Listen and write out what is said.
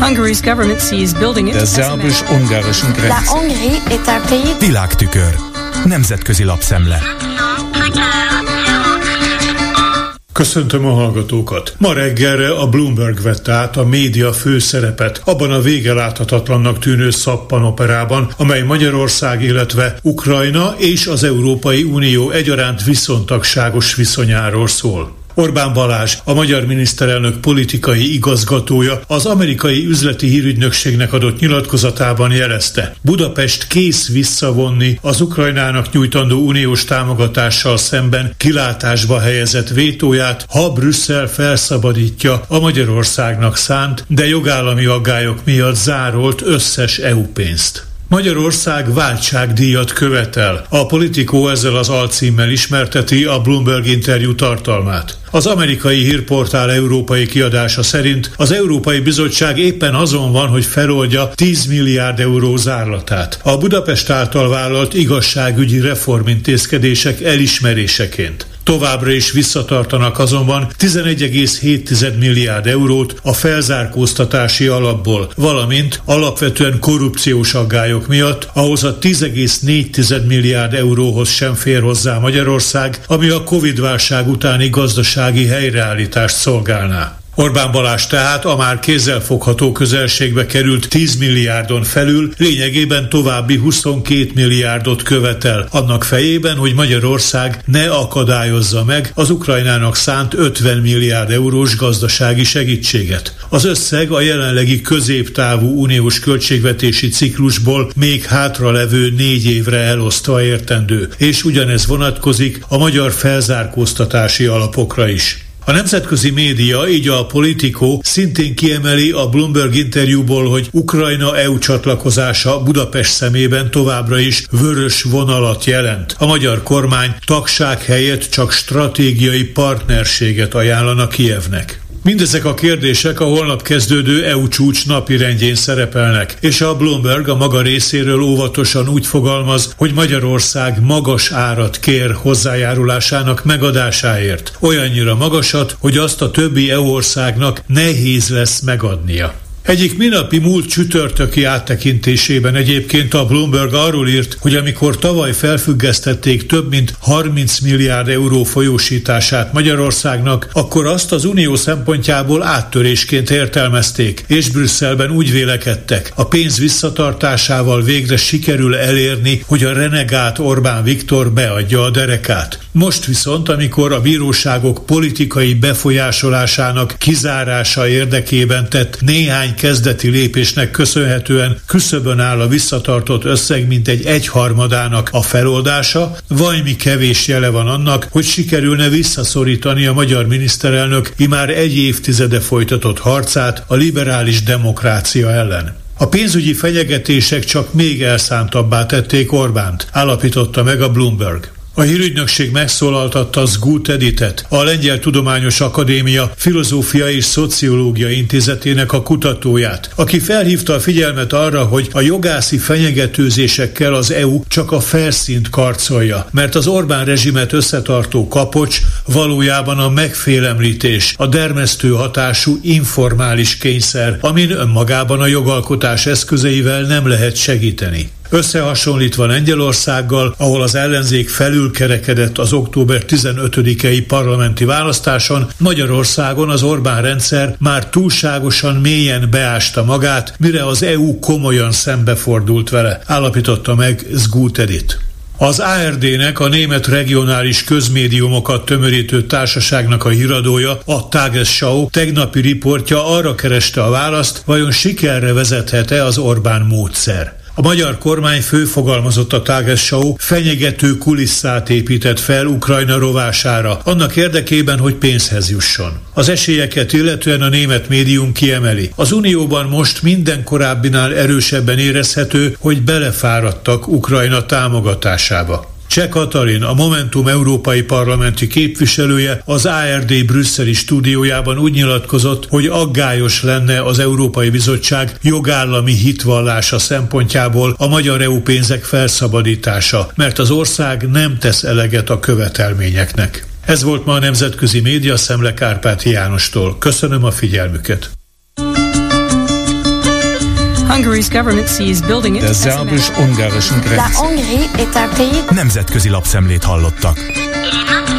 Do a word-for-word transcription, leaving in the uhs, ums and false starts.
der szerbus-ungarischen Grenze. La Hongrie est un pays. Világtükör. Nemzetközi lapszemle. Köszöntöm a hallgatókat! Ma reggelre a Bloomberg vette át a média főszerepet abban a vége láthatatlannak tűnő szappanoperában, amely Magyarország, illetve Ukrajna és az Európai Unió egyaránt viszontagságos viszonyáról szól. Orbán Balázs, a magyar miniszterelnök politikai igazgatója az amerikai üzleti hírügynökségnek adott nyilatkozatában jelezte: Budapest kész visszavonni az Ukrajnának nyújtandó uniós támogatással szemben kilátásba helyezett vétóját, ha Brüsszel felszabadítja a Magyarországnak szánt, de jogállami aggályok miatt zárolt összes é u pénzt. Magyarország váltságdíjat követel. A Politico ezzel az alcímmel ismerteti a Bloomberg interjú tartalmát. Az amerikai hírportál európai kiadása szerint az Európai Bizottság éppen azon van, hogy feloldja tíz milliárd euró zárlatát a Budapest által vállalt igazságügyi reformintézkedések elismeréseként. Továbbra is visszatartanak azonban tizenegy egész hét milliárd eurót a felzárkóztatási alapból, valamint alapvetően korrupciós aggályok miatt ahhoz a tíz egész négy milliárd euróhoz sem fér hozzá Magyarország, ami a Covid-válság utáni gazdasági helyreállítást szolgálná. Orbán Balázs tehát a már kézzelfogható közelségbe került tíz milliárdon felül lényegében további huszonkét milliárdot követel, annak fejében, hogy Magyarország ne akadályozza meg az Ukrajnának szánt ötven milliárd eurós gazdasági segítséget. Az összeg a jelenlegi középtávú uniós költségvetési ciklusból még hátralevő négy évre elosztva értendő, és ugyanez vonatkozik a magyar felzárkóztatási alapokra is. A nemzetközi média, így a Politico szintén kiemeli a Bloomberg interjúból, hogy Ukrajna é u csatlakozása Budapest szemében továbbra is vörös vonalat jelent. A magyar kormány tagság helyett csak stratégiai partnerséget ajánlana Kijevnek. Mindezek a kérdések a holnap kezdődő é u csúcs napirendjén szerepelnek, és a Bloomberg a maga részéről óvatosan úgy fogalmaz, hogy Magyarország magas árat kér hozzájárulásának megadásáért. Olyannyira magasat, hogy azt a többi é u országnak nehéz lesz megadnia. Egyik minapi múlt csütörtöki áttekintésében egyébként a Bloomberg arról írt, hogy amikor tavaly felfüggesztették több mint harminc milliárd euró folyósítását Magyarországnak, akkor azt az unió szempontjából áttörésként értelmezték, és Brüsszelben úgy vélekedtek, a pénz visszatartásával végre sikerül elérni, hogy a renegált Orbán Viktor beadja a derekát. Most viszont, amikor a bíróságok politikai befolyásolásának kizárása érdekében tett néhány kezdeti lépésnek köszönhetően küszöbön áll a visszatartott összeg mintegy egyharmadának a feloldása, vajmi kevés jele van annak, hogy sikerülne visszaszorítani a magyar miniszterelnök immár egy évtizede folytatott harcát a liberális demokrácia ellen. A pénzügyi fenyegetések csak még elszántabbá tették Orbánt, állapította meg a Bloomberg. A hírügynökség megszólaltatta Zgut Editet, a Lengyel Tudományos Akadémia Filozófia és Szociológia Intézetének a kutatóját, aki felhívta a figyelmet arra, hogy a jogászi fenyegetőzésekkel az é u csak a felszínt karcolja, mert az Orbán rezsimet összetartó kapocs valójában a megfélemlítés, a dermesztő hatású informális kényszer, amin önmagában a jogalkotás eszközeivel nem lehet segíteni. Összehasonlítva Lengyelországgal, ahol az ellenzék felülkerekedett az október tizenötödikei parlamenti választáson, Magyarországon az Orbán rendszer már túlságosan mélyen beásta magát, mire az é u komolyan szembefordult vele, állapította meg Zgut Edit. Az á er dé-nek, a német regionális közmédiumokat tömörítő társaságnak a híradója, a Tagesschau tegnapi riportja arra kereste a választ, vajon sikerre vezethet-e az Orbán módszer. A magyar kormány főfogalmazott a Tagesschau fenyegető kulisszát épített fel Ukrajna rovására, annak érdekében, hogy pénzhez jusson. Az esélyeket illetően a német médium kiemeli: az Unióban most minden korábbinál erősebben érezhető, hogy belefáradtak Ukrajna támogatásába. Cseh Katalin, a Momentum európai parlamenti képviselője az á er dé brüsszeli stúdiójában úgy nyilatkozott, hogy aggályos lenne az Európai Bizottság jogállami hitvallása szempontjából a magyar é u pénzek felszabadítása, mert az ország nem tesz eleget a követelményeknek. Ez volt ma a Nemzetközi Média Szemle Kárpáti Jánostól. Köszönöm a figyelmüket! Hungary's government sees building it. Der szerbus-ungarischen La Grenze. Hongrie est un pays. Nemzetközi lapszemlét hallottak.